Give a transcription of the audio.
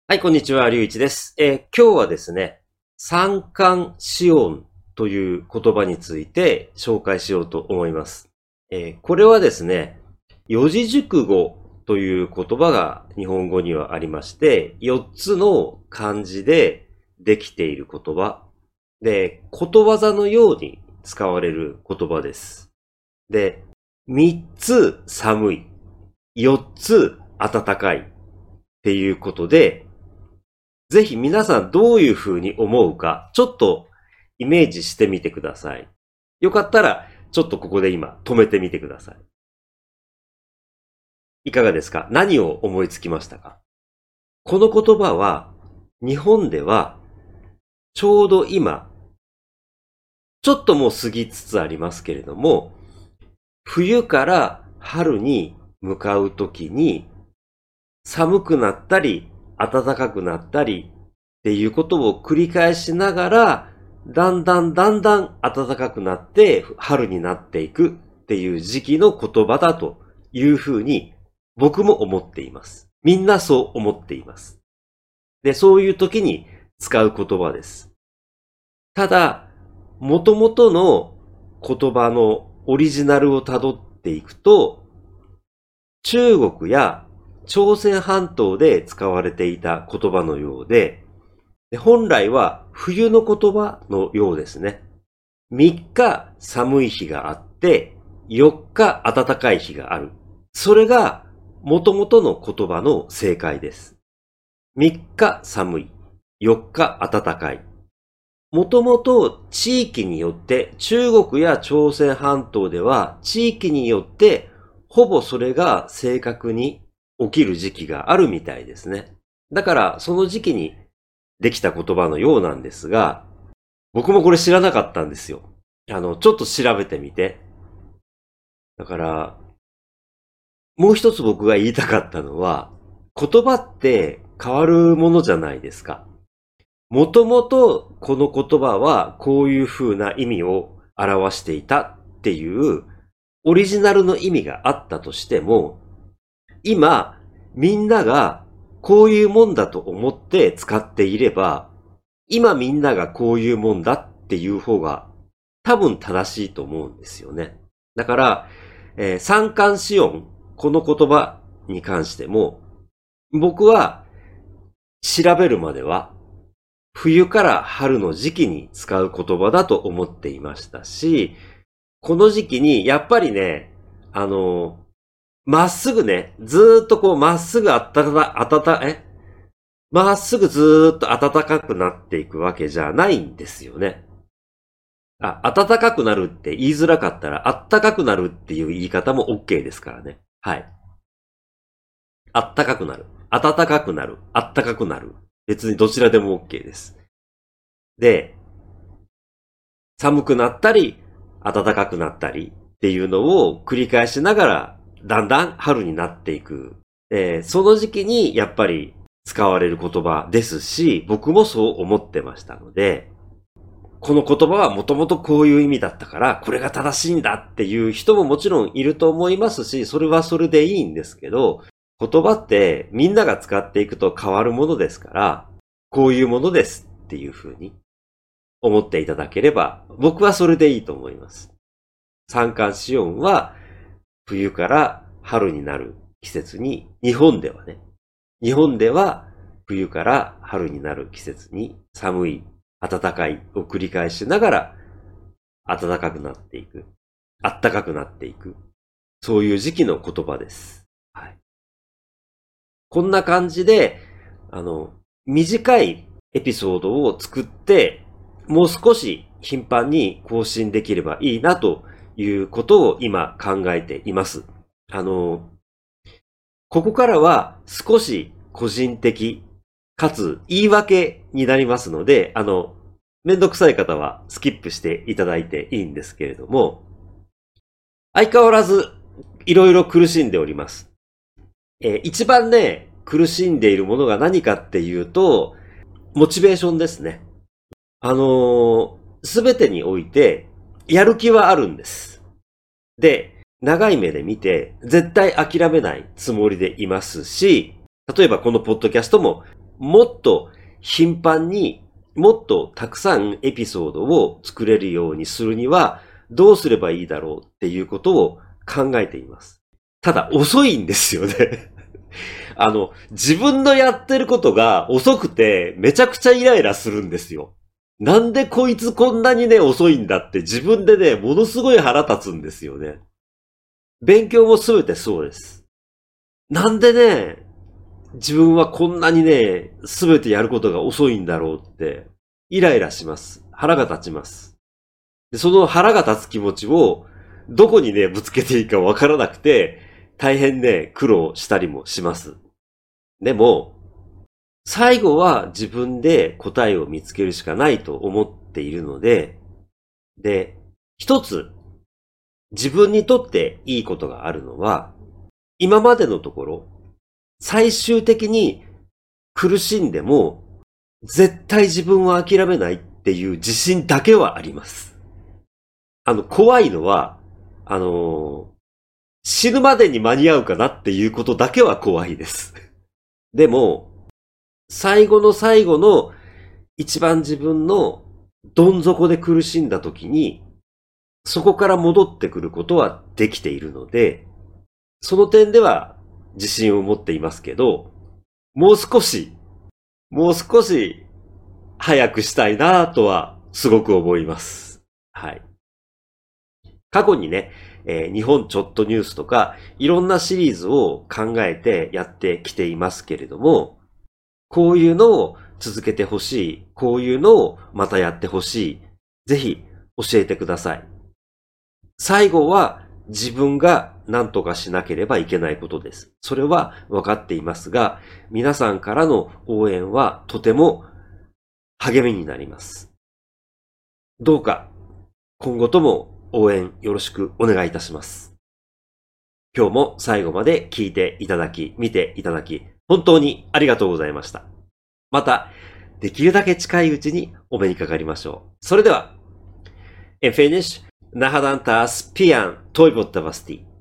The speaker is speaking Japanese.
はい、こんにちは、りゅういちです。今日はですね、三寒四温という言葉について紹介しようと思います。これはですね、四字熟語という言葉が日本語にはありまして、4つの漢字でできている言葉で、ことわざのように使われる言葉です。で、3つ寒い、4つ暖かいっていうことで、ぜひ皆さんどういう風に思うか、ちょっとイメージしてみてください。よかったら、ちょっとここで今止めてみてください。いかがですか？何を思いつきましたか？この言葉は、日本では、ちょうど今、ちょっともう過ぎつつありますけれども、冬から春に向かうときに、寒くなったり、暖かくなったりっていうことを繰り返しながら、だんだん暖かくなって春になっていくっていう時期の言葉だというふうに僕も思っています。みんなそう思っています。で、そういう時に使う言葉です。ただ、元々の言葉のオリジナルをたどっていくと、中国や朝鮮半島で使われていた言葉のようで、本来は冬の言葉のようですね。3日寒い日があって、4日暖かい日がある。それが元々の言葉の正解です。3日寒い、4日暖かい。もともと地域によって中国や朝鮮半島では地域によってほぼそれが正確に起きる時期があるみたいですね。だからその時期にできた言葉のようなんですが、僕もこれ知らなかったんですよ。ちょっと調べてみて。だから、もう一つ僕が言いたかったのは、言葉って変わるものじゃないですか。もともとこの言葉はこういう風な意味を表していたっていうオリジナルの意味があったとしても、今みんながこういうもんだと思って使っていれば、今みんながこういうもんだっていう方が多分正しいと思うんですよね。だから、三寒四温、この言葉に関しても、僕は調べるまでは冬から春の時期に使う言葉だと思っていましたし、この時期にやっぱりね、まっすぐね、ずーっとこうまっすぐまっすぐずーっと暖かくなっていくわけじゃないんですよね。暖かくなるって言いづらかったら、暖かくなるっていう言い方も OK ですからね。はい。暖かくなる。暖かくなる。暖かくなる。別にどちらでも OK です。で、寒くなったり、暖かくなったりっていうのを繰り返しながら、だんだん春になっていく。その時期にやっぱり使われる言葉ですし、僕もそう思ってましたので、この言葉はもともとこういう意味だったから、これが正しいんだっていう人ももちろんいると思いますし、それはそれでいいんですけど、言葉ってみんなが使っていくと変わるものですから、こういうものですっていう風に思っていただければ、僕はそれでいいと思います。三寒四温は冬から春になる季節に、日本では冬から春になる季節に寒い、暖かいを繰り返しながら暖かくなっていく、暖かくなっていく、そういう時期の言葉です。はい。こんな感じで、短いエピソードを作って、もう少し頻繁に更新できればいいなということを今考えています。ここからは少し個人的かつ言い訳になりますので、めんどくさい方はスキップしていただいていいんですけれども、相変わらずいろいろ苦しんでおります。一番ね、苦しんでいるものが何かっていうと、モチベーションですね。すべてにおいて、やる気はあるんです。で、長い目で見て、絶対諦めないつもりでいますし、例えばこのポッドキャストももっと頻繁に、もっとたくさんエピソードを作れるようにするには、どうすればいいだろうっていうことを考えています。ただ遅いんですよね。自分のやってることが遅くてめちゃくちゃイライラするんですよ。なんでこいつこんなにね遅いんだって自分でね、ものすごい腹立つんですよね。勉強もすべてそうです。なんでね、自分はこんなにね、すべてやることが遅いんだろうって、イライラします。腹が立ちます。で、その腹が立つ気持ちを、どこにね、ぶつけていいかわからなくて、大変ね、苦労したりもします。でも、最後は自分で答えを見つけるしかないと思っているので、で、一つ、自分にとっていいことがあるのは、今までのところ、最終的に苦しんでも、絶対自分は諦めないっていう自信だけはあります。怖いのは、死ぬまでに間に合うかなっていうことだけは怖いです。でも、最後の最後の一番自分のどん底で苦しんだ時に、そこから戻ってくることはできているので、その点では自信を持っていますけど、もう少し、もう少し早くしたいなとはすごく思います。はい。過去にね、日本ちょっとニュースとか、いろんなシリーズを考えてやってきていますけれども、こういうのを続けてほしい、こういうのをまたやってほしい、ぜひ教えてください。最後は自分が何とかしなければいけないことです。それは分かっていますが、皆さんからの応援はとても励みになります。どうか今後とも応援よろしくお願いいたします。今日も最後まで聞いていただき、見ていただき、本当にありがとうございました。また、できるだけ近いうちにお目にかかりましょう。それでは、En finish, nahadan tas pian toivottavasti.